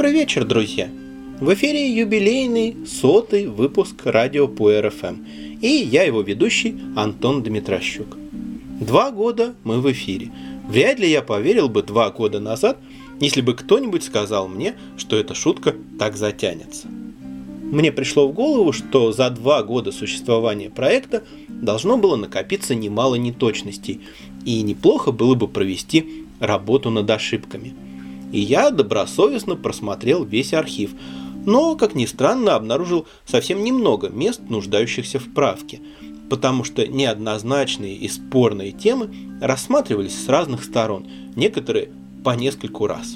Добрый вечер, друзья! В эфире юбилейный 100-й выпуск радио Пуэр ФМ, и я его ведущий Антон Дмитрощук. 2 года мы в эфире. Вряд ли я поверил бы 2 года назад, если бы кто-нибудь сказал мне, что эта шутка так затянется. Мне пришло в голову, что за 2 года существования проекта должно было накопиться немало неточностей, и неплохо было бы провести работу над ошибками. И я добросовестно просмотрел весь архив, но, как ни странно, обнаружил совсем немного мест, нуждающихся в правке, потому что неоднозначные и спорные темы рассматривались с разных сторон, некоторые по нескольку раз.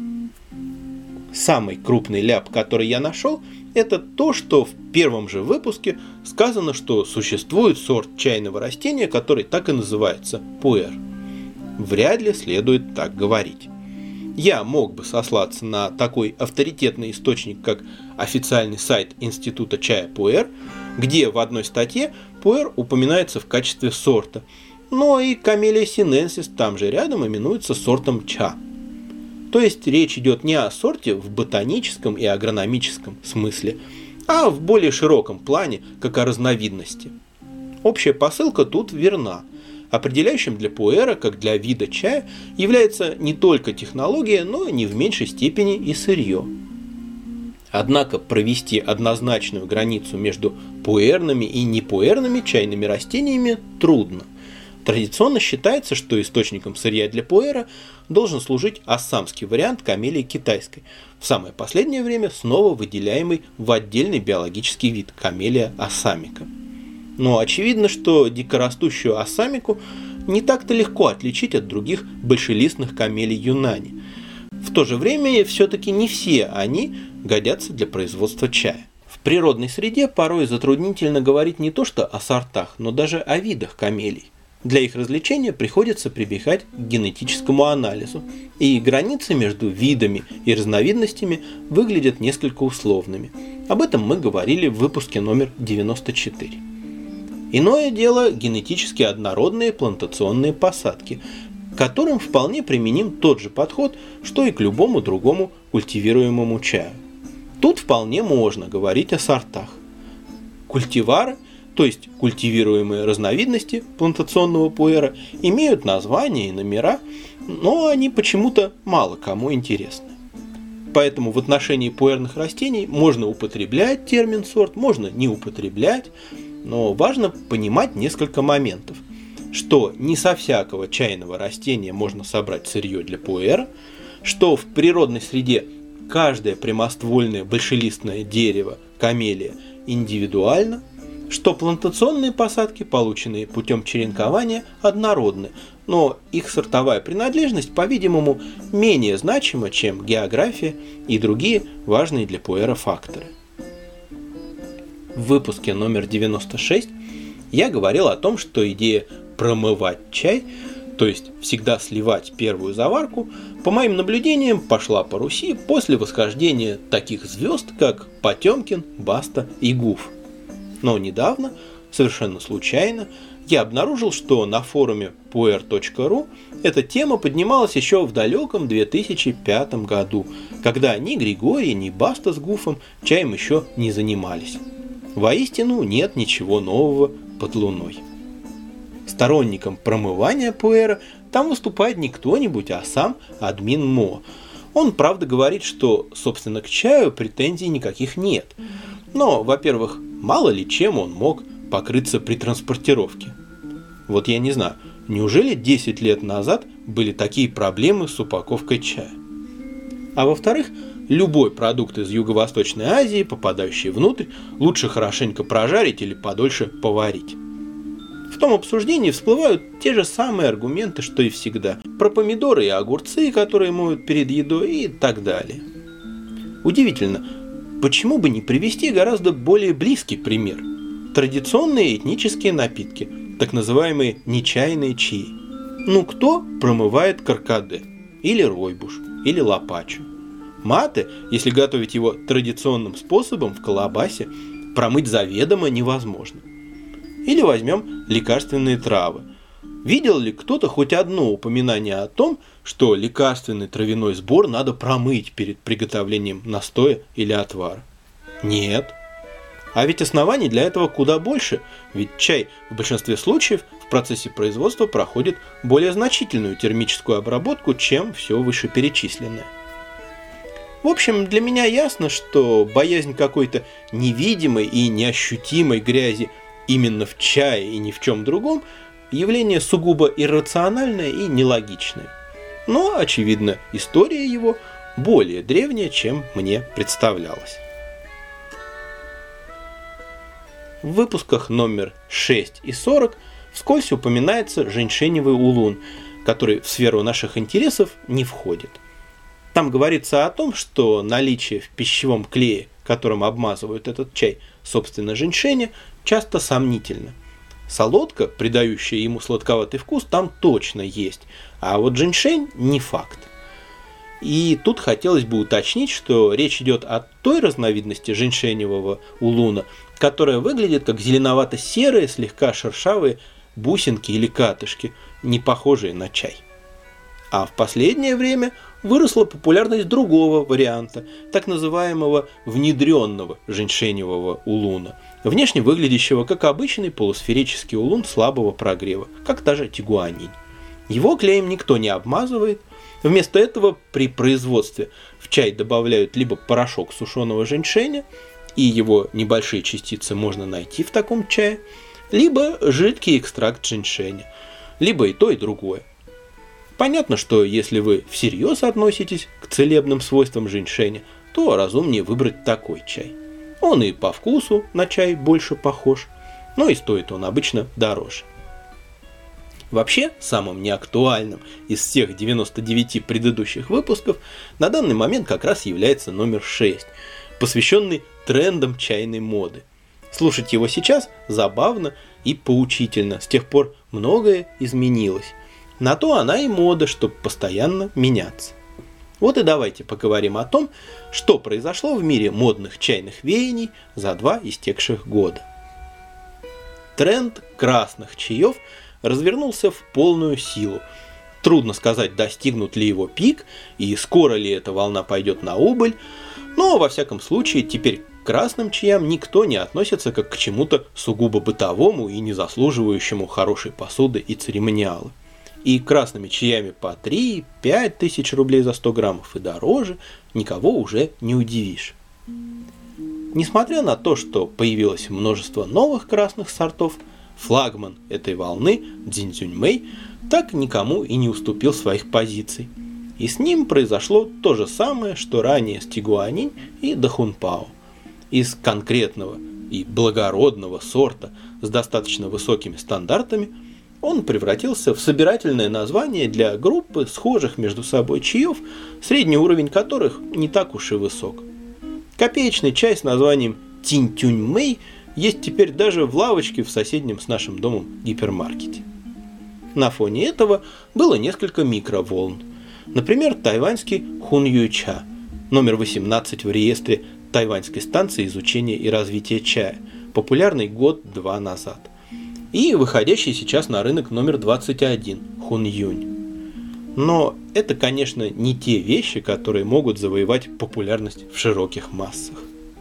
Самый крупный ляп, который я нашел, это то, что в первом же выпуске сказано, что существует сорт чайного растения, который так и называется – пуэр. Вряд ли следует так говорить. Я мог бы сослаться на такой авторитетный источник, как официальный сайт Института чая Пуэр, где в одной статье пуэр упоминается в качестве сорта, но и Камелия синенсис там же рядом именуется сортом ча. То есть речь идет не о сорте в ботаническом и агрономическом смысле, а в более широком плане, как о разновидности. Общая посылка тут верна. Определяющим для пуэра, как для вида чая, является не только технология, но не в меньшей степени и сырье. Однако провести однозначную границу между пуэрными и непуэрными чайными растениями трудно. Традиционно считается, что источником сырья для пуэра должен служить ассамский вариант камелии китайской, в самое последнее время снова выделяемый в отдельный биологический вид камелия ассамика. Но очевидно, что дикорастущую ассамику не так-то легко отличить от других большелистных камелий юнани. В то же время все-таки не все они годятся для производства чая. В природной среде порой затруднительно говорить не то что о сортах, но даже о видах камелий. Для их различения приходится прибегать к генетическому анализу, и границы между видами и разновидностями выглядят несколько условными. Об этом мы говорили в выпуске номер 94. Иное дело генетически однородные плантационные посадки, к которым вполне применим тот же подход, что и к любому другому культивируемому чаю. Тут вполне можно говорить о сортах. Культивары, то есть культивируемые разновидности плантационного пуэра, имеют названия и номера, но они почему-то мало кому интересны. Поэтому в отношении пуэрных растений можно употреблять термин сорт, можно не употреблять, но важно понимать несколько моментов, что не со всякого чайного растения можно собрать сырье для пуэра, что в природной среде каждое прямоствольное большелистное дерево, камелия, индивидуально, что плантационные посадки, полученные путем черенкования, однородны, но их сортовая принадлежность, по-видимому, менее значима, чем география и другие важные для пуэра факторы. В выпуске номер 96 я говорил о том, что идея промывать чай, то есть всегда сливать первую заварку, по моим наблюдениям пошла по Руси после восхождения таких звезд, как Потемкин, Баста и Гуф. Но недавно, совершенно случайно, я обнаружил, что на форуме puer.ru эта тема поднималась еще в далеком 2005 году, когда ни Григорий, ни Баста с Гуфом чаем еще не занимались. Воистину нет ничего нового под луной. Сторонником промывания пуэра там выступает не кто-нибудь, а сам админ Мо. Он, правда, говорит, что, собственно, к чаю претензий никаких нет. Но, во-первых, мало ли чем он мог покрыться при транспортировке. Вот я не знаю, неужели 10 лет назад были такие проблемы с упаковкой чая? А во-вторых, любой продукт из Юго-Восточной Азии, попадающий внутрь, лучше хорошенько прожарить или подольше поварить. В том обсуждении всплывают те же самые аргументы, что и всегда. Про помидоры и огурцы, которые моют перед едой и так далее. Удивительно, почему бы не привести гораздо более близкий пример? Традиционные этнические напитки, так называемые нечаянные чаи. Ну кто промывает каркаде? Или ройбуш? Или лопачу? Мате, если готовить его традиционным способом в колобасе, промыть заведомо невозможно. Или возьмем лекарственные травы. Видел ли кто-то хоть одно упоминание о том, что лекарственный травяной сбор надо промыть перед приготовлением настоя или отвара? Нет. А ведь оснований для этого куда больше, ведь чай в большинстве случаев в процессе производства проходит более значительную термическую обработку, чем все вышеперечисленное. В общем, для меня ясно, что боязнь какой-то невидимой и неощутимой грязи именно в чае и ни в чем другом явление сугубо иррациональное и нелогичное. Но, очевидно, история его более древняя, чем мне представлялось. В выпусках номер 6 и 40 вскользь упоминается женьшеневый улун, который в сферу наших интересов не входит. Там говорится о том, что наличие в пищевом клее, которым обмазывают этот чай, собственно женьшеня, часто сомнительно. Солодка, придающая ему сладковатый вкус, там точно есть, а вот женьшень не факт. И тут хотелось бы уточнить, что речь идет о той разновидности женьшеневого улуна, которая выглядит как зеленовато-серые, слегка шершавые бусинки или катышки, не похожие на чай. А в последнее время выросла популярность другого варианта, так называемого внедренного женьшеневого улуна, внешне выглядящего как обычный полусферический улун слабого прогрева, как та же тигуанинь. Его клеем никто не обмазывает. Вместо этого при производстве в чай добавляют либо порошок сушеного женьшеня, и его небольшие частицы можно найти в таком чае, либо жидкий экстракт женьшеня, либо и то, и другое. Понятно, что если вы всерьез относитесь к целебным свойствам женьшеня, то разумнее выбрать такой чай. Он и по вкусу на чай больше похож, но и стоит он обычно дороже. Вообще, самым неактуальным из всех 99 предыдущих выпусков на данный момент как раз является номер 6, посвященный трендам чайной моды. Слушать его сейчас забавно и поучительно, с тех пор многое изменилось. На то она и мода, чтобы постоянно меняться. Вот и давайте поговорим о том, что произошло в мире модных чайных веяний за 2 истекших года. Тренд красных чаев развернулся в полную силу. Трудно сказать, достигнут ли его пик и скоро ли эта волна пойдет на убыль, но во всяком случае теперь к красным чаям никто не относится как к чему-то сугубо бытовому и не заслуживающему хорошей посуды и церемониала. И красными чаями по 3-5 тысяч рублей за 100 граммов и дороже никого уже не удивишь. Несмотря на то, что появилось множество новых красных сортов, флагман этой волны, Цзиньцзюньмэй, так никому и не уступил своих позиций. И с ним произошло то же самое, что ранее с Тигуанинь и Дахунпао. Из конкретного и благородного сорта с достаточно высокими стандартами он превратился в собирательное название для группы схожих между собой чаев, средний уровень которых не так уж и высок. Копеечный чай с названием Тинь-Тюнь-Мэй есть теперь даже в лавочке в соседнем с нашим домом гипермаркете. На фоне этого было несколько микроволн. Например, тайваньский Хуньюйча, номер 18 в реестре Тайваньской станции изучения и развития чая, популярный год-два назад. И выходящий сейчас на рынок номер 21 Хуньюнь. Но это, конечно, не те вещи, которые могут завоевать популярность в широких массах.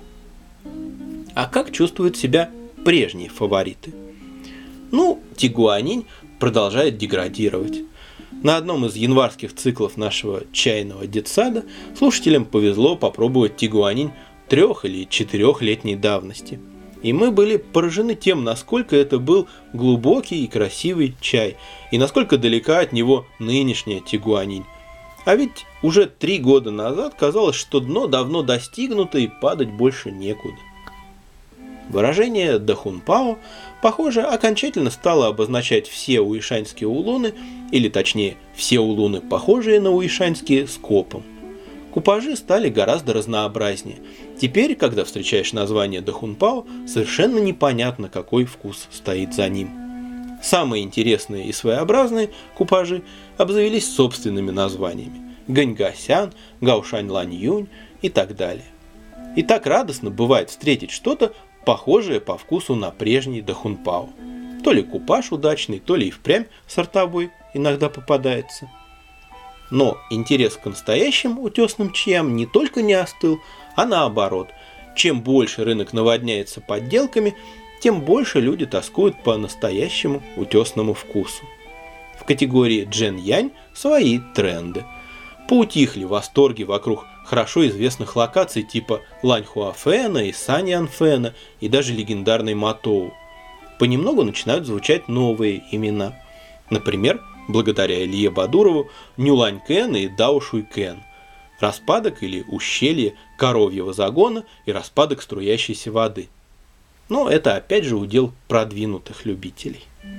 А как чувствуют себя прежние фавориты? Тигуанинь продолжает деградировать. На одном из январских циклов нашего чайного детсада слушателям повезло попробовать Тигуанинь 3- или 4-летней давности. И мы были поражены тем, насколько это был глубокий и красивый чай, и насколько далека от него нынешняя Тигуанинь. А ведь уже 3 года назад казалось, что дно давно достигнуто и падать больше некуда. Выражение Дахунпао, похоже, окончательно стало обозначать все уишаньские улуны, или точнее, все улуны, похожие на уишаньские, с копом. Купажи стали гораздо разнообразнее. Теперь, когда встречаешь название Дахунпао, совершенно непонятно, какой вкус стоит за ним. Самые интересные и своеобразные купажи обзавелись собственными названиями – Ганьгасян, Гаошань-Лань-Юнь и так далее. И так радостно бывает встретить что-то, похожее по вкусу на прежний Дахунпао. То ли купаж удачный, то ли и впрямь сортовой иногда попадается. Но интерес к настоящим утесным чаям не только не остыл, а наоборот. Чем больше рынок наводняется подделками, тем больше люди тоскуют по настоящему утесному вкусу. В категории Джен-Янь свои тренды. Поутихли восторги вокруг хорошо известных локаций типа Ланьхуафэна и Саньянфэна и даже легендарной Матоу. Понемногу начинают звучать новые имена. Например, благодаря Илье Бадурову, Нюланькэн и Даошуйкэн. Распадок или ущелье коровьего загона и распадок струящейся воды. Но это опять же удел продвинутых любителей.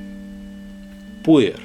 Пуэр.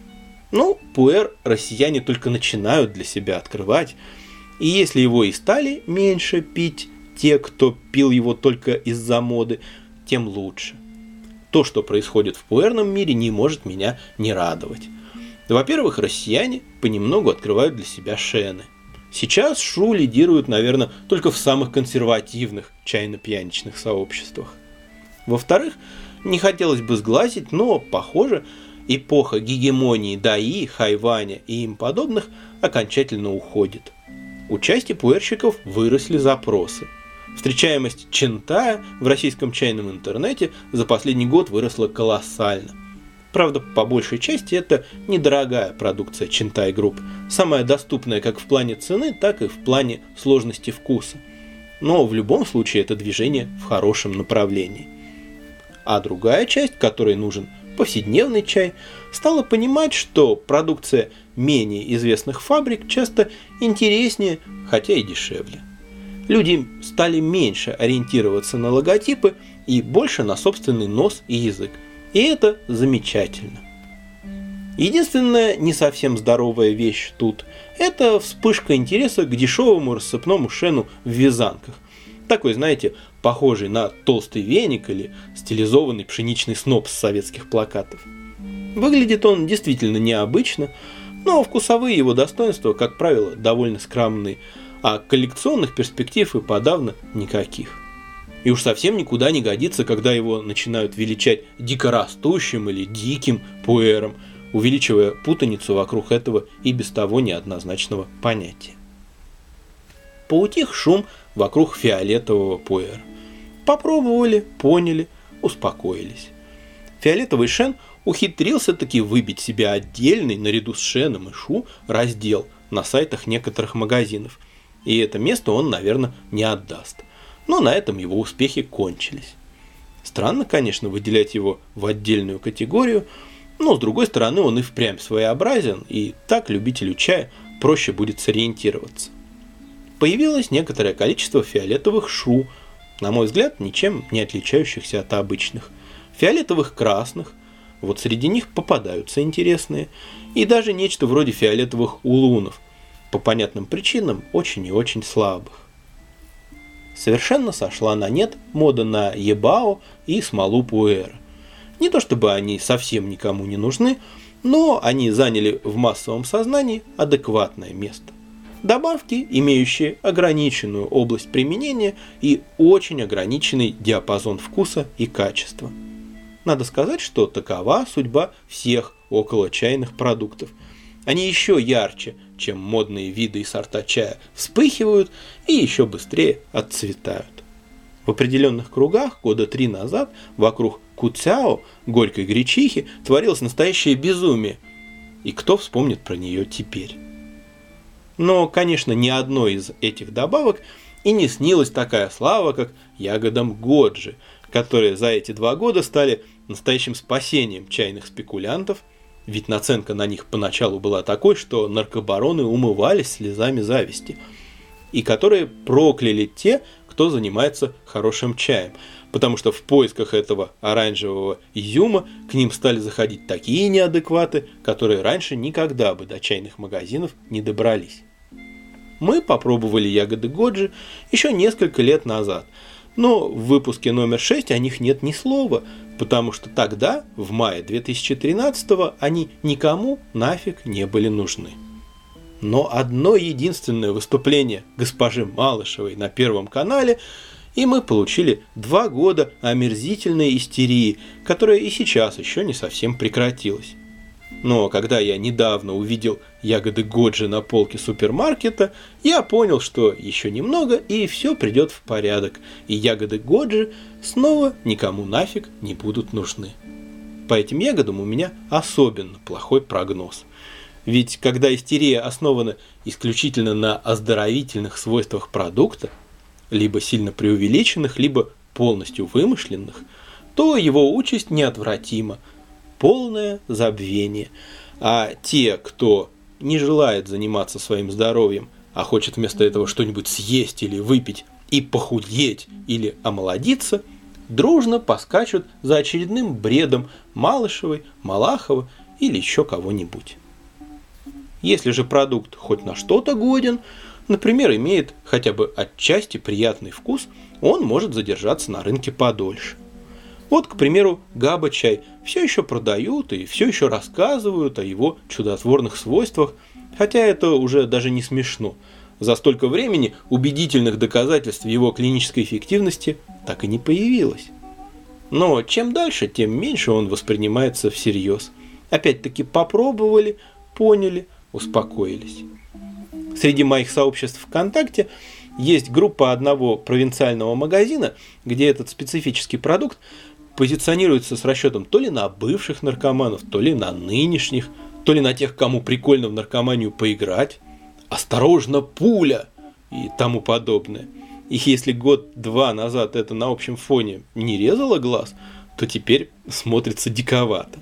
Пуэр россияне только начинают для себя открывать. И если его и стали меньше пить те, кто пил его только из-за моды, тем лучше. То, что происходит в пуэрном мире, не может меня не радовать. Во-первых, россияне понемногу открывают для себя шены. Сейчас шу лидируют, наверное, только в самых консервативных чайно-пьяничных сообществах. Во-вторых, не хотелось бы сглазить, но, похоже, эпоха гегемонии даи, хайваня и им подобных окончательно уходит. У части пуэрщиков выросли запросы. Встречаемость чентая в российском чайном интернете за последний год выросла колоссально. Правда, по большей части это недорогая продукция чентай групп, самая доступная как в плане цены, так и в плане сложности вкуса. Но в любом случае это движение в хорошем направлении. А другая часть, которой нужен повседневный чай, стала понимать, что продукция менее известных фабрик часто интереснее, хотя и дешевле. Люди стали меньше ориентироваться на логотипы и больше на собственный нос и язык. И это замечательно. Единственная не совсем здоровая вещь тут – это вспышка интереса к дешевому рассыпному шену в вязанках. Такой, знаете, похожий на толстый веник или стилизованный пшеничный сноп с советских плакатов. Выглядит он действительно необычно, но вкусовые его достоинства, как правило, довольно скромны, а коллекционных перспектив и подавно никаких. И уж совсем никуда не годится, когда его начинают величать дикорастущим или диким пуэром, увеличивая путаницу вокруг этого и без того неоднозначного понятия. Поутих шум вокруг фиолетового пуэра. Попробовали, поняли, успокоились. Фиолетовый шен ухитрился таки выбить себе отдельный, наряду с шеном и шу, раздел на сайтах некоторых магазинов. И это место он, наверное, не отдаст. Но на этом его успехи кончились. Странно, конечно, выделять его в отдельную категорию, но с другой стороны он и впрямь своеобразен, и так любителю чая проще будет сориентироваться. Появилось некоторое количество фиолетовых шу, на мой взгляд, ничем не отличающихся от обычных. Фиолетовых красных, вот среди них попадаются интересные, и даже нечто вроде фиолетовых улунов, по понятным причинам очень и очень слабых. Совершенно сошла на нет мода на ебао и смолу пуэра. Не то чтобы они совсем никому не нужны, но они заняли в массовом сознании адекватное место. Добавки, имеющие ограниченную область применения и очень ограниченный диапазон вкуса и качества. Надо сказать, что такова судьба всех околочайных продуктов. Они еще ярче, чем модные виды и сорта чая, вспыхивают и еще быстрее отцветают. В определенных кругах года 3 назад вокруг куцяо, горькой гречихи, творилось настоящее безумие. И кто вспомнит про нее теперь? Но, конечно, ни одной из этих добавок и не снилась такая слава, как ягодам годжи, которые за эти 2 года стали настоящим спасением чайных спекулянтов, ведь наценка на них поначалу была такой, что наркобароны умывались слезами зависти, и которые прокляли те, кто занимается хорошим чаем, потому что в поисках этого оранжевого изюма к ним стали заходить такие неадекваты, которые раньше никогда бы до чайных магазинов не добрались. Мы попробовали ягоды годжи еще несколько лет назад, но в выпуске номер 6 о них нет ни слова, потому что тогда, в мае 2013-го, они никому нафиг не были нужны. Но одно единственное выступление госпожи Малышевой на Первом канале, и мы получили 2 года омерзительной истерии, которая и сейчас еще не совсем прекратилась. Но когда я недавно увидел ягоды Годжи на полке супермаркета, я понял, что еще немного и все придет в порядок, и ягоды Годжи снова никому нафиг не будут нужны. По этим ягодам у меня особенно плохой прогноз. Ведь когда истерия основана исключительно на оздоровительных свойствах продукта, либо сильно преувеличенных, либо полностью вымышленных, то его участь неотвратима – полное забвение. А те, кто не желает заниматься своим здоровьем, а хочет вместо этого что-нибудь съесть или выпить и похудеть или омолодиться, дружно поскачут за очередным бредом Малышевой, Малахова или еще кого-нибудь. Если же продукт хоть на что-то годен, например, имеет хотя бы отчасти приятный вкус, он может задержаться на рынке подольше. Вот, к примеру, габа-чай все еще продают и все еще рассказывают о его чудотворных свойствах, хотя это уже даже не смешно. За столько времени убедительных доказательств его клинической эффективности так и не появилось. Но чем дальше, тем меньше он воспринимается всерьез. Опять-таки попробовали, поняли, успокоились. Среди моих сообществ ВКонтакте есть группа одного провинциального магазина, где этот специфический продукт позиционируется с расчетом то ли на бывших наркоманов, то ли на нынешних, то ли на тех, кому прикольно в наркоманию поиграть. «Осторожно, пуля!» и тому подобное. И если год-два назад это на общем фоне не резало глаз, то теперь смотрится диковато.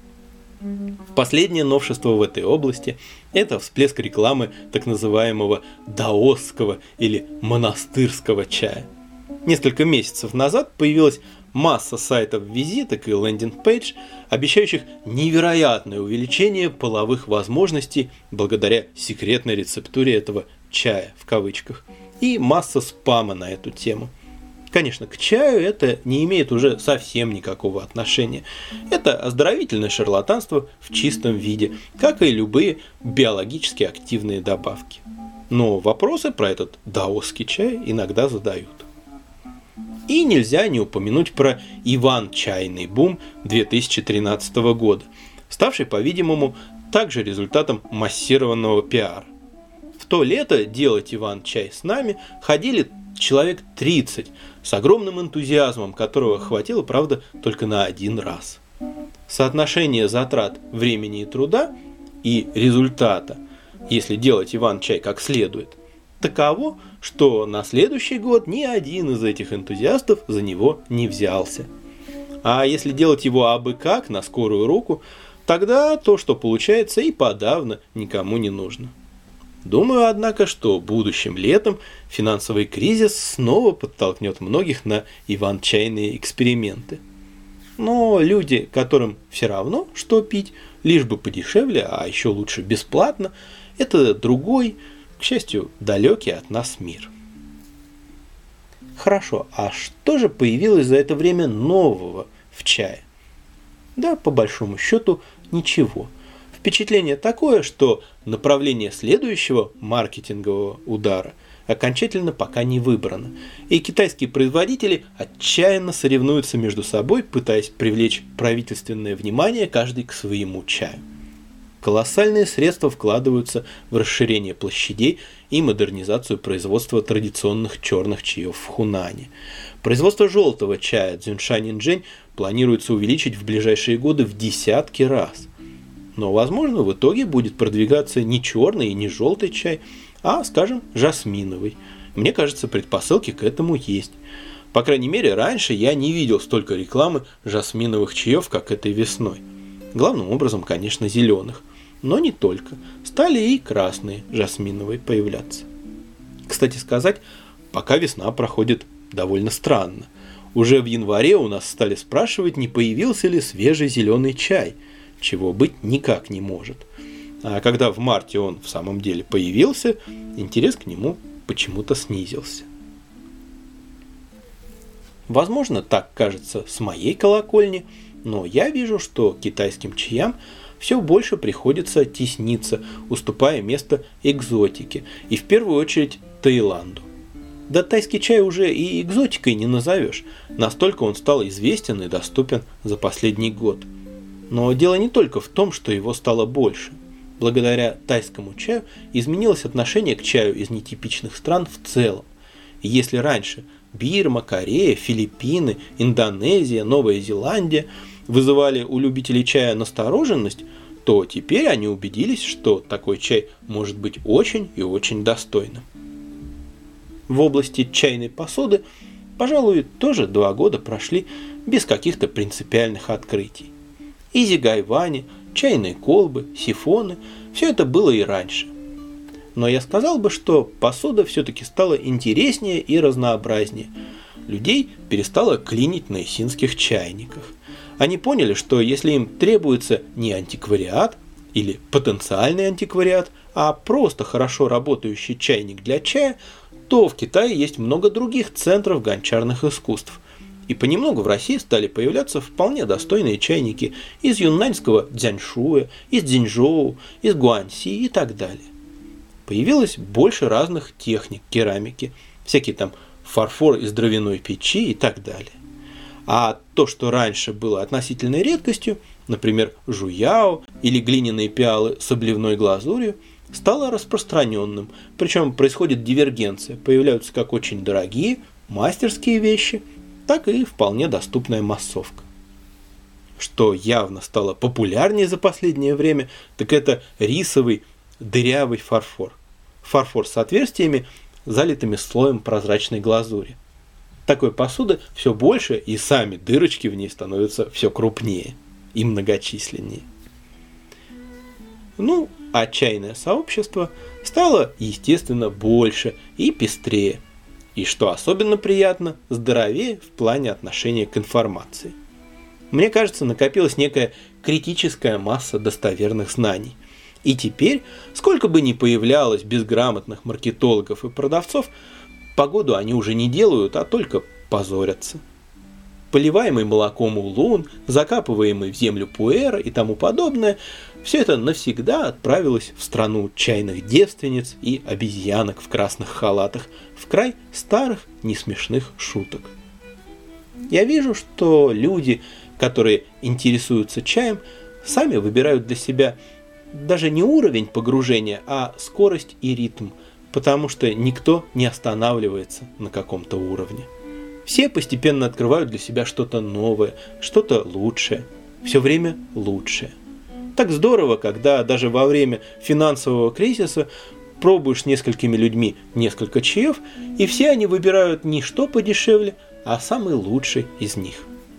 Последнее новшество в этой области – это всплеск рекламы так называемого даосского или монастырского чая. Несколько месяцев назад появилась масса сайтов-визиток и лендинг-пейдж, обещающих невероятное увеличение половых возможностей благодаря секретной рецептуре этого «чая» в кавычках, и масса спама на эту тему. Конечно, к чаю это не имеет уже совсем никакого отношения. Это оздоровительное шарлатанство в чистом виде, как и любые биологически активные добавки. Но вопросы про этот даосский чай иногда задают. И нельзя не упомянуть про Иван-чайный бум 2013 года, ставший, по-видимому, также результатом массированного пиара. В то лето делать Иван-чай с нами ходили человек 30 с огромным энтузиазмом, которого хватило, правда, только на один раз. Соотношение затрат времени и труда и результата, если делать Иван-чай как следует, таково, что на следующий год ни один из этих энтузиастов за него не взялся. А если делать его абы как, на скорую руку, тогда то, что получается, и подавно никому не нужно. Думаю, однако, что будущим летом финансовый кризис снова подтолкнет многих на иван-чайные эксперименты. Но люди, которым все равно, что пить, лишь бы подешевле, а еще лучше бесплатно, это другой, к счастью, далекий от нас мир. Хорошо, а что же появилось за это время нового в чае? Да, по большому счету, ничего. Впечатление такое, что направление следующего маркетингового удара окончательно пока не выбрано, и китайские производители отчаянно соревнуются между собой, пытаясь привлечь правительственное внимание каждый к своему чаю. Колоссальные средства вкладываются в расширение площадей и модернизацию производства традиционных черных чаев в Хунане. Производство желтого чая Цзюньшань-Инжэнь планируется увеличить в ближайшие годы в десятки раз. Но, возможно, в итоге будет продвигаться не черный и не желтый чай, а, скажем, жасминовый. Мне кажется, предпосылки к этому есть. По крайней мере, раньше я не видел столько рекламы жасминовых чаев, как этой весной. Главным образом, конечно, зеленых. Но не только. Стали и красные жасминовые появляться. Кстати сказать, пока весна проходит довольно странно. Уже в январе у нас стали спрашивать, не появился ли свежий зеленый чай, чего быть никак не может. А когда в марте он в самом деле появился, интерес к нему почему-то снизился. Возможно, так кажется с моей колокольни, но я вижу, что китайским чаям все больше приходится тесниться, уступая место экзотике, и в первую очередь Таиланду. Да тайский чай уже и экзотикой не назовешь, настолько он стал известен и доступен за последний год. Но дело не только в том, что его стало больше. Благодаря тайскому чаю изменилось отношение к чаю из нетипичных стран в целом. И если раньше Бирма, Корея, Филиппины, Индонезия, Новая Зеландия вызывали у любителей чая настороженность, то теперь они убедились, что такой чай может быть очень и очень достойным. В области чайной посуды, пожалуй, тоже 2 года прошли без каких-то принципиальных открытий. Изи-гайвани, чайные колбы, сифоны – все это было и раньше. Но я сказал бы, что посуда все-таки стала интереснее и разнообразнее. Людей перестало клинить на исинских чайниках. Они поняли, что если им требуется не антиквариат или потенциальный антиквариат, а просто хорошо работающий чайник для чая, то в Китае есть много других центров гончарных искусств. И понемногу в России стали появляться вполне достойные чайники из юннаньского Цзяньшуя, из Цзиньчжоу, из Гуанси и так далее. Появилось больше разных техник керамики, всякие там фарфор из дровяной печи и так далее. А то, что раньше было относительной редкостью, например, жуяо или глиняные пиалы с обливной глазурью, стало распространенным, причем происходит дивергенция, появляются как очень дорогие, мастерские вещи, так и вполне доступная массовка. Что явно стало популярнее за последнее время, так это рисовый дырявый фарфор. Фарфор с отверстиями, залитыми слоем прозрачной глазури. Такой посуды все больше, и сами дырочки в ней становятся все крупнее и многочисленнее. Ну, а чайное сообщество стало, естественно, больше и пестрее. И, что особенно приятно, здоровее в плане отношения к информации. Мне кажется, накопилась некая критическая масса достоверных знаний. И теперь, сколько бы ни появлялось безграмотных маркетологов и продавцов, погоду они уже не делают, а только позорятся. Поливаемый молоком улун, закапываемый в землю пуэр и тому подобное, все это навсегда отправилось в страну чайных девственниц и обезьянок в красных халатах, в край старых несмешных шуток. Я вижу, что люди, которые интересуются чаем, сами выбирают для себя даже не уровень погружения, а скорость и ритм, потому что никто не останавливается на каком-то уровне. Все постепенно открывают для себя что-то новое, что-то лучшее, все время лучшее. Так здорово, когда даже во время финансового кризиса пробуешь с несколькими людьми несколько чаев, и все они выбирают не что подешевле, а самый лучший из них.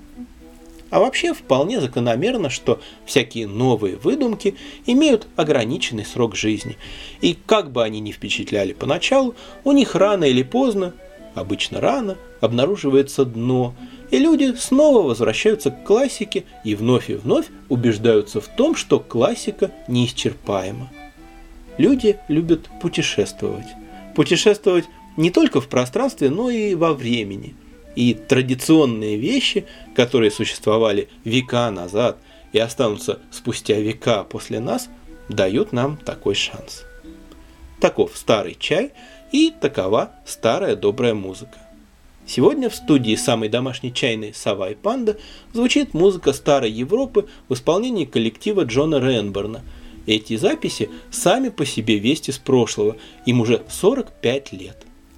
А вообще вполне закономерно, что всякие новые выдумки имеют ограниченный срок жизни, и как бы они ни впечатляли поначалу, у них рано или поздно, обычно рано, обнаруживается дно, и люди снова возвращаются к классике и вновь убеждаются в том, что классика неисчерпаема. Люди любят путешествовать. Путешествовать не только в пространстве, но и во времени. И традиционные вещи, которые существовали века назад и останутся спустя века после нас, дают нам такой шанс. Таков старый чай и такова старая добрая музыка. Сегодня в студии самой домашней чайной «Сова и панда» звучит музыка старой Европы в исполнении коллектива Джона Ренборна. Эти записи сами по себе весть из прошлого, им уже 45 лет.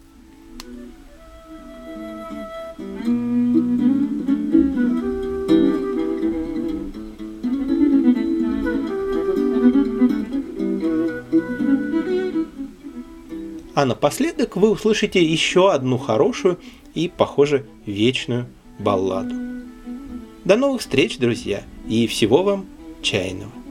А напоследок вы услышите еще одну хорошую и, похоже, вечную балладу. До новых встреч, друзья, и всего вам чайного.